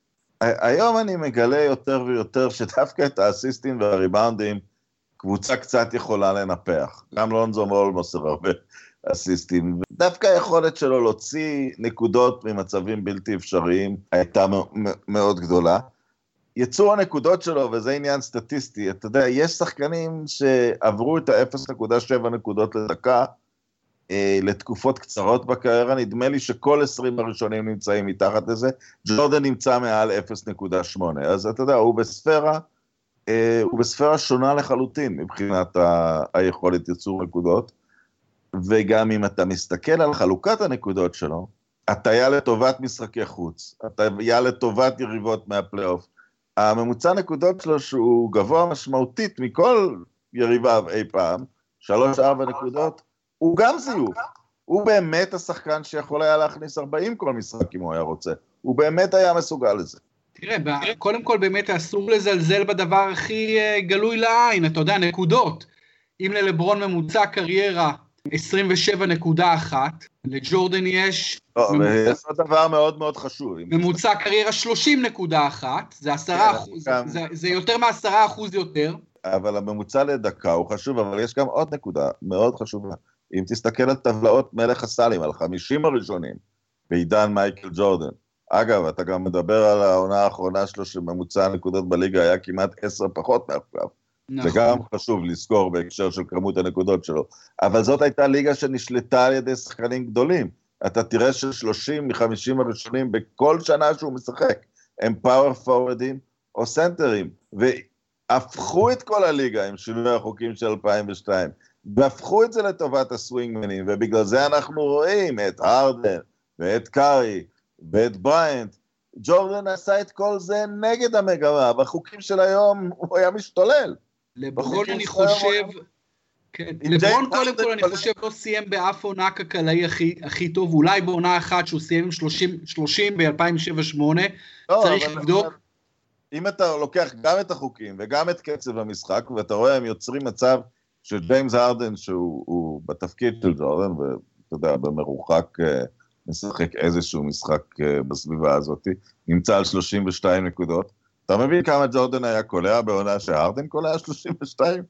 היום אני מגלה יותר ויותר שדווקא את האסיסטים והריבאונדים, קבוצה קצת יכולה לנפח. גם לונזו מול מוסר הרבה אסיסטים. דווקא היכולת שלו להוציא נקודות ממצבים בלתי אפשריים, הייתה מאוד גדולה. יצור הנקודות שלו, וזה עניין סטטיסטי, אתה יודע, יש שחקנים שעברו את ה-0.7 נקודות לדקה, לתקופות קצרות בקריירה, נדמה לי שכל 20 הראשונים נמצאים מתחת לזה, ג'ורדן נמצא מעל 0.8, אז אתה יודע, הוא בספירה שונה לחלוטין, מבחינת היכולת יצור נקודות, וגם אם אתה מסתכל על חלוקת הנקודות שלו, הטיה לטובת משחקי חוץ, הטיה לטובת יריבות מהפלייאוף, הממוצע נקודות שלו שהוא גבוה משמעותית מכל יריביו אי פעם, 3-4 נקודות, הוא גם זיוף. הוא באמת השחקן שיכול היה להכניס 40 כל משחק אם הוא היה רוצה. הוא באמת היה מסוגל לזה. תראה, קודם כל באמת אסור לזלזל בדבר הכי גלוי לעין, אתה יודע, נקודות. אם ללברון ממוצע קריירה 27.1, לג'ורדן יש... ויש עוד דבר מאוד מאוד חשוב. ממוצע קריירה 30.1, זה 10%, זה יותר מ10% יותר. אבל הממוצע לדקה הוא חשוב, אבל יש גם עוד נקודה מאוד חשובה. אם תסתכל על טבלאות מלך הסלים, על 50 הראשונים, בעידן מייקל ג'ורדן, אגב, אתה גם מדבר על העונה האחרונה שלו, שממוצע הנקודות בליגה היה כמעט 10 פחות מאחוריו. נכון. זה גם חשוב לזכור בהקשר של כמות הנקודות שלו. אבל זאת הייתה ליגה שנשלטה על ידי שחקנים גדולים. אתה תראה ש30 מ-50 הראשונים בכל שנה שהוא משחק, הם פאוור פורורדים או סנטרים, והפכו את כל הליגה עם שינוי החוקים של 2002, והפכו את זה לטובת הסווינגמנים, ובגלל זה אנחנו רואים את הרדן, ואת קארי, ואת בריינט. ג'ורדן עשה את כל זה נגד המגמה, בחוקים של היום הוא היה משתולל. לברון אני חושב, כן, לברון קודם כל אני חושב לא סיים באף עונה כלכלאי הכי טוב, אולי בעונה אחת שהוא סיים עם 30 ב-2007-2008, צריך לבדוק. אם אתה לוקח גם את החוקים וגם את קצב המשחק, ואתה רואה הם יוצרים מצב שג'יימס הרדן שהוא בתפקיד של ג'ורדן, ואתה יודע, במרוחק משחק איזשהו משחק בסביבה הזאת, נמצא על 32 נקודות, אתה מבין כמה ג'ורדן היה קולע בעונה שהרדן קולע 32?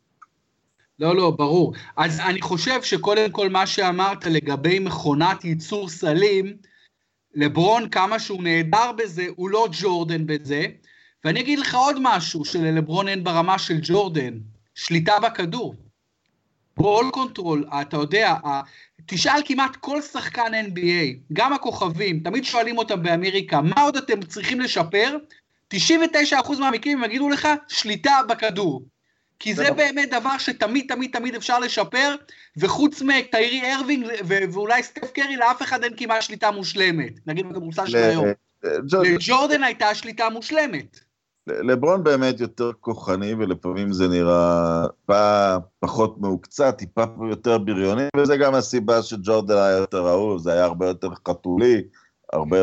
לא, ברור. אז אני חושב שקודם כל מה שאמרת לגבי מכונת ייצור סלים, לברון כמה שהוא נהדר בזה, הוא לא ג'ורדן בזה, ואני אגיד לך עוד משהו שללברון אין ברמה של ג'ורדן, שליטה בכדור. בול קונטרול, אתה יודע, תשאל כמעט כל שחקן NBA, גם הכוכבים, תמיד שואלים אותם באמריקה, מה עוד אתם צריכים לשפר? 99% מהמקרים הם יגידו לך, שליטה בכדור. כי זה באמת דבר שתמיד תמיד תמיד אפשר לשפר, וחוץ מקיירי ארווינג ואולי סטף קרי, לאף אחד אין כמעט שליטה מושלמת. נגיד בכדורסל של היום. לג'ורדן הייתה שליטה מושלמת. לברון באמת יותר כוחני, ולפעמים זה נראה פחות מעוקצת, טיפה יותר בריוני, וזה גם הסיבה שג'ורדן היה יותר אהוב, זה היה הרבה יותר חתולי, הרבה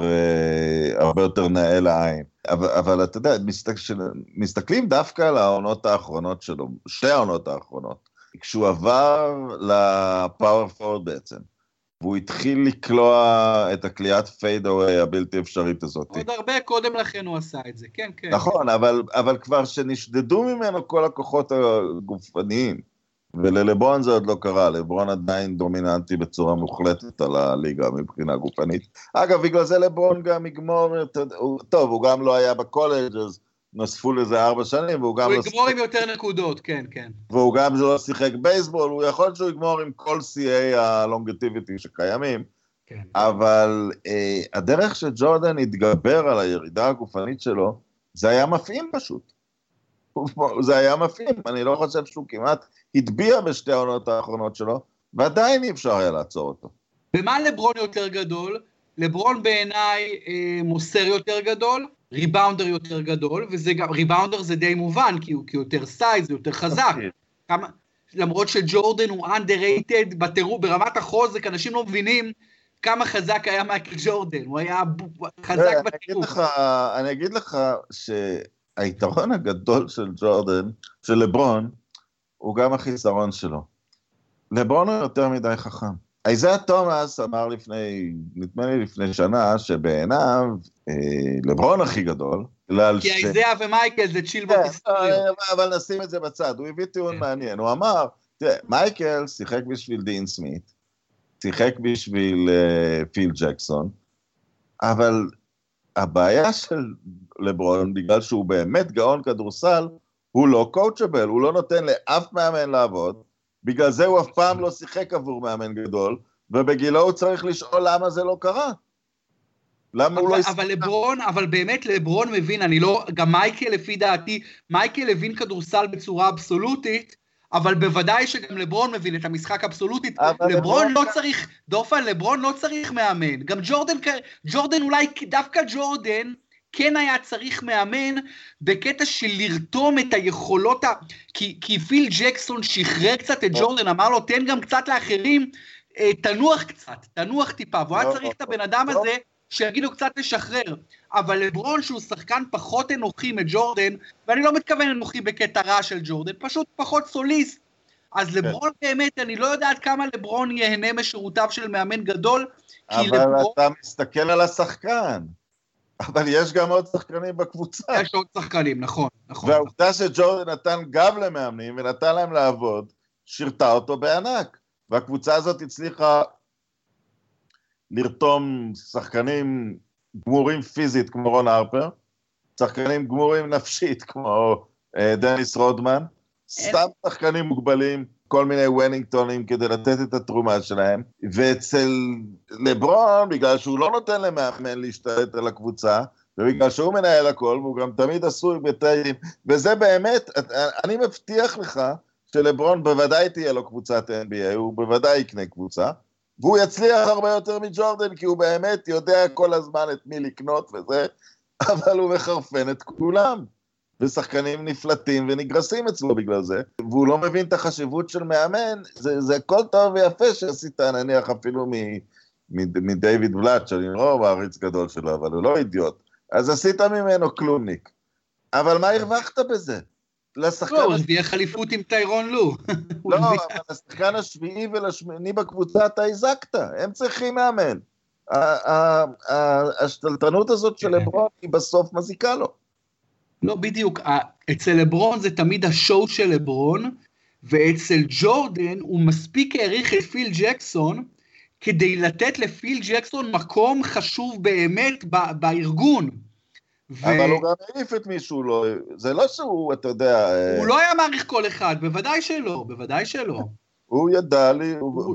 יותר נאה לעין. אבל אתה יודע, מסתכלים דווקא על העונות האחרונות שלו, שתי העונות האחרונות, כשהוא עבר לפאוור פורד בעצם, והוא התחיל לקלוע את הקליעת פייד-אווי הבלתי אפשרית הזאת. עוד הרבה קודם לכן הוא עשה את זה, כן, כן. נכון, אבל כבר שנשדדו ממנו כל הכוחות הגופניים, וללברון זה עוד לא קרה, לברון עדיין דומיננטי בצורה מוחלטת על הליגה מבחינה גופנית. אגב, בגלל זה לברון גם יגמור, טוב, הוא גם לא היה בקולג' אז נוספו לזה 4 שנים, והוא גם... הוא יגמור עם יותר נקודות, כן, כן. והוא גם לא שיחק בייסבול, הוא יכול שהוא יגמור עם כל CA הלונגטיביטי שקיימים, כן. אבל הדרך שג'ורדן התגבר על הירידה הגופנית שלו, זה היה מפעים פשוט. זה היה מפעים, אני לא חושב שהוא כמעט התביע בשתי העונות האחרונות שלו, ועדיין אי אפשר היה לעצור אותו. במה לברון יותר גדול? לברון בעיניי מוסר יותר גדול, ריבאונדר יותר גדול, וזה גם, ריבאונדר זה די מובן, כי הוא יותר סייז, יותר חזק. למרות שג'ורדן הוא underrated בטירוף, ברמת החוזק, אנשים לא מבינים כמה חזק היה מייקל ג'ורדן, הוא היה חזק בטירוף. אני אגיד לך שהיתרון הגדול של ג'ורדן, של לברון, הוא גם החיסרון שלו. לברון הוא יותר מדי חכם. איזיה תומאס אמר נדמה לי לפני שנה, שבעיניו לברון הכי גדול, כי איזיה ומייקל זה צ'ילבות היסטוריות. אבל נשים את זה בצד, הוא הביא טיעון מעניין, הוא אמר, תראה, מייקל שיחק בשביל דין סמית, שיחק בשביל פיל ג'קסון, אבל הבעיה של לברון, בגלל שהוא באמת גאון כדורסל, הוא לא קואוצ'בל, הוא לא נותן לאף מאמן לעבוד, בגלל זה הוא אף פעם לא שיחק עבור מאמן גדול, ובגילו הוא צריך לשאול למה זה לא קרה. למה הוא לא... אבל באמת לברון מבין, גם מייקל לפי דעתי, מייקל הבין כדורסל בצורה אבסולוטית, אבל בוודאי שגם לברון מבין את המשחק אבסולוטית, לברון לא צריך, דורפן, לברון לא צריך מאמן, גם ג'ורדן אולי, דווקא ג'ורדן, כן היה צריך מאמן, בקטע של לרתום את היכולות, כי פיל ג'קסון שחרר קצת את ג'ורדן, אמר לו, תן גם קצת לאחרים, תנוח טיפה, והוא היה צריך את הבן אדם הזה, שיגיד לו קצת לשחרר, אבל לברון שהוא שחקן פחות אנוכי מג'ורדן, ואני לא מתכוון אנוכי בקטע רע של ג'ורדן, פשוט פחות סוליסט, אז לברון באמת, אני לא יודעת כמה לברון יהנה משירותיו של מאמן גדול, אבל אתה מסתכל על השחקן, אבל יש גם עוד שחקנים בקבוצה. יש עוד שחקנים, נכון. והעובדה שג'ורדן נתן גב למאמנים, ונתן להם לעבוד, שירתה אותו בענק, והקבוצה הזאת הצליחה לרתום שחקנים גמורים פיזית כמו רון הרפר, שחקנים גמורים נפשית כמו דניס רודמן, סתם שחקנים מוגבלים, כל מיני ווינינגטונים כדי לתת את התרומה שלהם, ואצל לברון, בגלל שהוא לא נותן למאמן להשתלט על הקבוצה, ובגלל שהוא מנהל הכל, והוא גם תמיד עשוי בתאים, וזה באמת, אני מבטיח לך שלברון בוודאי תהיה לו קבוצת NBA, הוא בוודאי יקנה קבוצה, והוא יצליח הרבה יותר מג'ורדן, כי הוא באמת יודע כל הזמן את מי לקנות וזה, אבל הוא מחרפן את כולם, ושחקנים נפלטים ונגרסים אצלו בגלל זה, והוא לא מבין את החשיבות של מאמן, זה הכל טוב ויפה שעשית, נניח אפילו מדייוויד בלאט, שאני לא מעריץ גדול שלו, אבל הוא לא אידיוט, אז עשית ממנו כלומניק, אבל מה הרווחת בזה? לא, הוא הביא חליפות עם טיירון לו. לא, אבל השחקן השביעי ולשמיני בקבוצה אתה הזקת, הם צריכים מאמן. השתלטנות הזאת של לברון היא בסוף מזיקה לו. לא, בדיוק, אצל לברון זה תמיד השואו של לברון, ואצל ג'ורדן הוא מספיק העריך את פיל ג'קסון, כדי לתת לפיל ג'קסון מקום חשוב באמת בארגון. אבל הוא גם העיף את מישהו, זה לא שהוא, אתה יודע... הוא לא היה מעריך כל אחד, בוודאי שלא. הוא ידע לי, הוא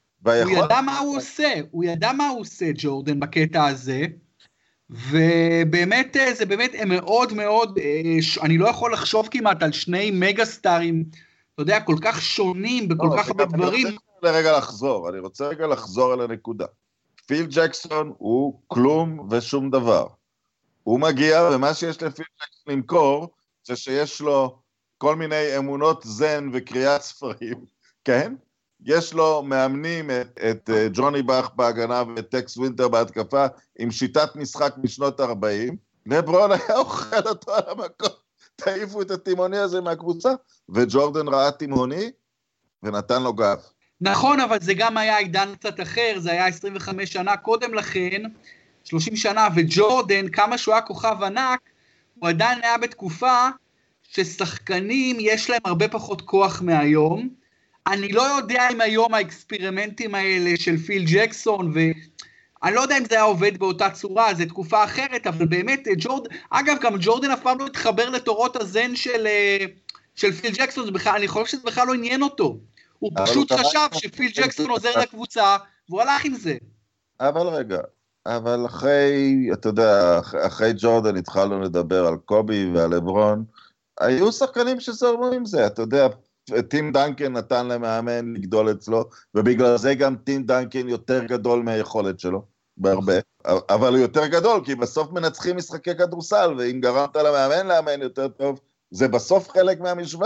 ידע מה הוא עושה, ג'ורדן, בקטע הזה, ובאמת, זה באמת מאוד מאוד, אני לא יכול לחשוב כמעט על שני מגה סטארים, אתה יודע, כל כך שונים בכל כך הרבה דברים. אני רוצה רגע לחזור על הנקודה. פיל ג'קסון הוא כלום ושום דבר. הוא מגיע, ומה שיש לפיל ג'קסון למכור, זה שיש לו כל מיני אמונות זן וקריאת ספרים, כן? יש לו מאמנים את ג'וני באך בהגנה ואת טקס ווינטר בהתקפה, עם שיטת משחק משנות ה-40, לברון היה אוכל אותו על המקום, תעיפו את התימוני הזה מהקבוצה, וג'ורדן ראה תימוני, ונתן לו גב. נכון, אבל זה גם היה עידן קצת אחר, זה היה 25 שנה קודם לכן, 30 שנה, וג'ורדן, כמה שהוא היה כוכב ענק, הוא עדיין היה בתקופה ששחקנים יש להם הרבה פחות כוח מהיום. אני לא יודע אם היום האקספרימנטים האלה של פיל ג'קסון, ואני לא יודע אם זה היה עובד באותה צורה, זו תקופה אחרת, אבל באמת אגב, גם ג'ורדן אף פעם לא התחבר לתורות הזן של פיל ג'קסון, אני חושב שזה בכלל לא עניין אותו. הוא פשוט חשב שפיל ג'קסון עוזר לקבוצה, והוא הלך עם זה. אבל אחרי, אתה יודע, אחרי ג'ורדן התחלנו לדבר על קובי ועל לברון, היו שחקנים שזרמו עם זה, אתה יודע, טים דנקן נתן למאמן לגדול אצלו, ובגלל זה גם טים דנקן יותר גדול מהיכולת שלו, בהרבה, אבל הוא יותר גדול, כי בסוף מנצחים משחקי כדורסל, ואם גרמת למאמן לאמן יותר טוב, זה בסוף חלק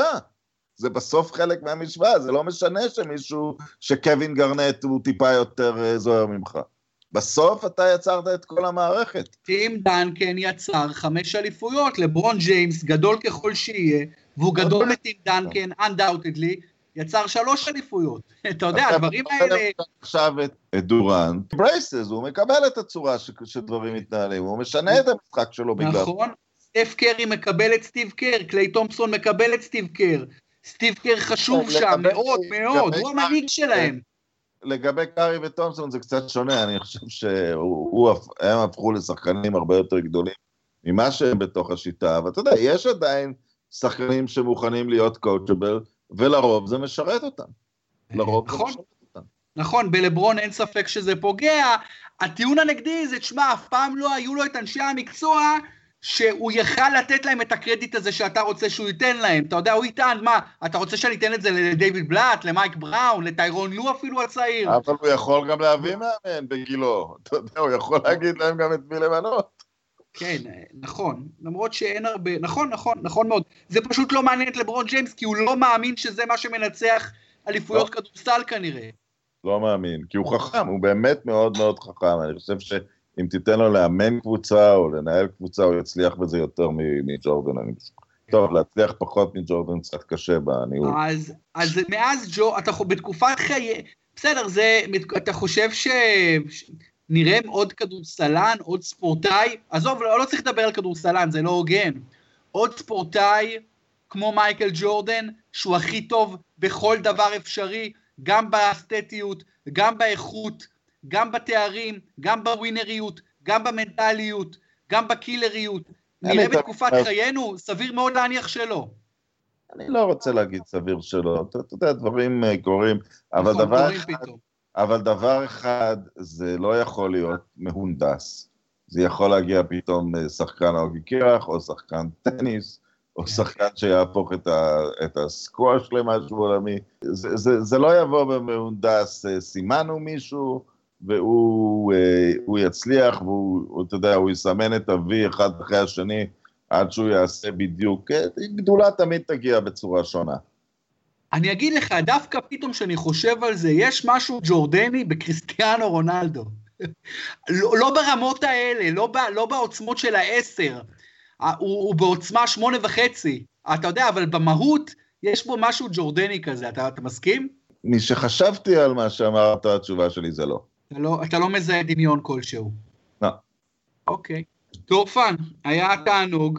מהמשוואה, זה לא משנה שמישהו, שקווין גרנט הוא טיפה יותר זוהר ממך. בסוף אתה יצרת את כל המערכת. טים דנקן יצר 5 אליפויות, לברון ג'יימס, גדול ככל שיהיה, והוא גדול מטים דנקן, undoubtedly, יצר 3 אליפויות. אתה יודע, הדברים האלה... עכשיו את דורנט, ברייסס, הוא מקבל את הצורה שדברים מתנהלים, הוא משנה את המשחק שלו בגלל. נכון, סטף קרי מקבל את סטיב קר, קליי תומפסון מקבל את סטיב קר, סטיב קר חשוב שם מאוד מאוד, הוא המנהיג שלהם. לגבי קרי וטומפסון זה קצת שונה, אני חושב שהם הפכו לשחקנים הרבה יותר גדולים ממה שהם בתוך השיטה, אבל אתה יודע, יש עדיין שחקנים שמוכנים להיות קואוצ'בל, ולרוב זה משרת אותם. לרוב זה משרת אותם. נכון, בלברון אין ספק שזה פוגע, הטיעון הנגדי זה, תשמע, אף פעם לא היו לו את אנשי המקצוע, שהוא יכל לתת להם את הקרדיט הזה שאתה רוצה שהוא ייתן להם. אתה יודע, הוא יטען, מה, אתה רוצה שאני אתן את זה לדייוויד בלאט, למייק בראון, לטיירון לו אפילו הצעיר? אבל הוא יכול גם להביא מאמן בגילו. אתה יודע, הוא יכול להגיד להם גם את מי למנות. כן, נכון. למרות שאין הרבה... נכון מאוד. זה פשוט לא מעניין את לברון ג'יימס, כי הוא לא מאמין שזה מה שמנצח אליפויות כדורסל כנראה. לא מאמין, כי הוא חכם, הוא באמת מאוד מאוד חכם. אני חושב אם תיתן לו לאמן קבוצה או לנהל קבוצה, הוא יצליח בזה יותר מג'ורדן. טוב, להצליח פחות מג'ורדן קצת קשה בניהול. אז מאז אתה בתקופת חיי... בסדר, אתה חושב שנראה עוד כדורסלן, עוד ספורטאי? עזוב, לא צריך לדבר על כדורסלן, זה לא הוגן. עוד ספורטאי כמו מייקל ג'ורדן, שהוא הכי טוב בכל דבר אפשרי, גם באסתטיות, גם באיכות, גם בתארים, גם בווינריות, גם במנטליות, גם בקילריות. נראה בתקופת חיינו, סביר מאוד להניח שלא. אני לא רוצה להגיד סביר שלא, אתה יודע, דברים קורים, אבל דבר אחד, זה לא יכול להיות מהונדס. זה יכול להגיע פתאום שחקן אוגי קירח, או שחקן טניס, או שחקן שיהפוך את הסקואש למשהו עולמי. זה לא יבוא במהונדס, סימנו מישהו, והוא יצליח, והוא, אתה יודע, הוא יסמן את אבי אחד אחרי השני, עד שהוא יעשה בדיוק, גדולה תמיד תגיע בצורה שונה. אני אגיד לך, דווקא פתאום שאני חושב על זה, יש משהו ג'ורדני בקריסטיאנו רונלדו. לא ברמות האלה, לא בעוצמות של 10, הוא בעוצמה 8.5, אתה יודע, אבל במהות יש בו משהו ג'ורדני כזה, אתה מסכים? משחשבתי על מה שאמרת, התשובה שלי זה לא. אתה לא מזהה דמיון כלשהו. לא. אוקיי. טורפן, היה תענוג,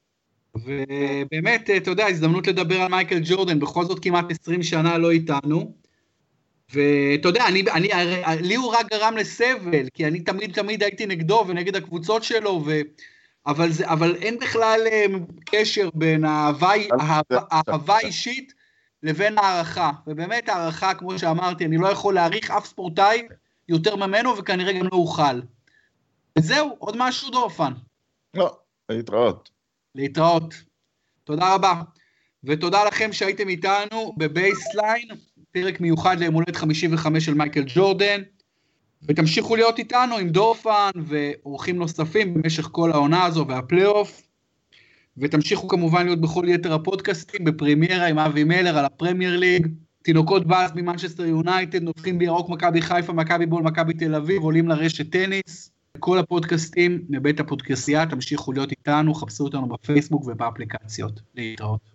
ובאמת, אתה יודע, הזדמנות לדבר על מייקל ג'ורדן, בכל זאת כמעט 20 שנה לא איתנו, ואתה יודע, לי הוא רק גרם לסבל, כי אני תמיד הייתי נגדו ונגד הקבוצות שלו, אבל אין בכלל קשר בין האהבה אישית לבין הערכה, ובאמת הערכה, כמו שאמרתי, אני לא יכול להעריך אף ספורטאי יותר ממנו, וכנראה גם לא אוכל. וזהו, עוד משהו דורפן. לא, להתראות. תודה רבה. ותודה לכם שהייתם איתנו בבייסליין, פרק מיוחד ליום הולדת 55 של מייקל ג'ורדן, ותמשיכו להיות איתנו עם דורפן ואורחים נוספים במשך כל העונה הזו והפלייאוף, ותמשיכו כמובן להיות בכל יתר הפודקאסטים, בפרימיירה עם אבי מלר על הפרמייר ליג, תינוקות באז ממנצ'סטר יונייטד, נובחים בירוק מכבי חיפה, מכבי בול, מכבי תל אביב, עולים לרשת טניס, כל הפודקאסטים מבית הפודקאסייה, תמשיכו להיות איתנו, חפשו אותנו בפייסבוק ובאפליקציות. להתראות.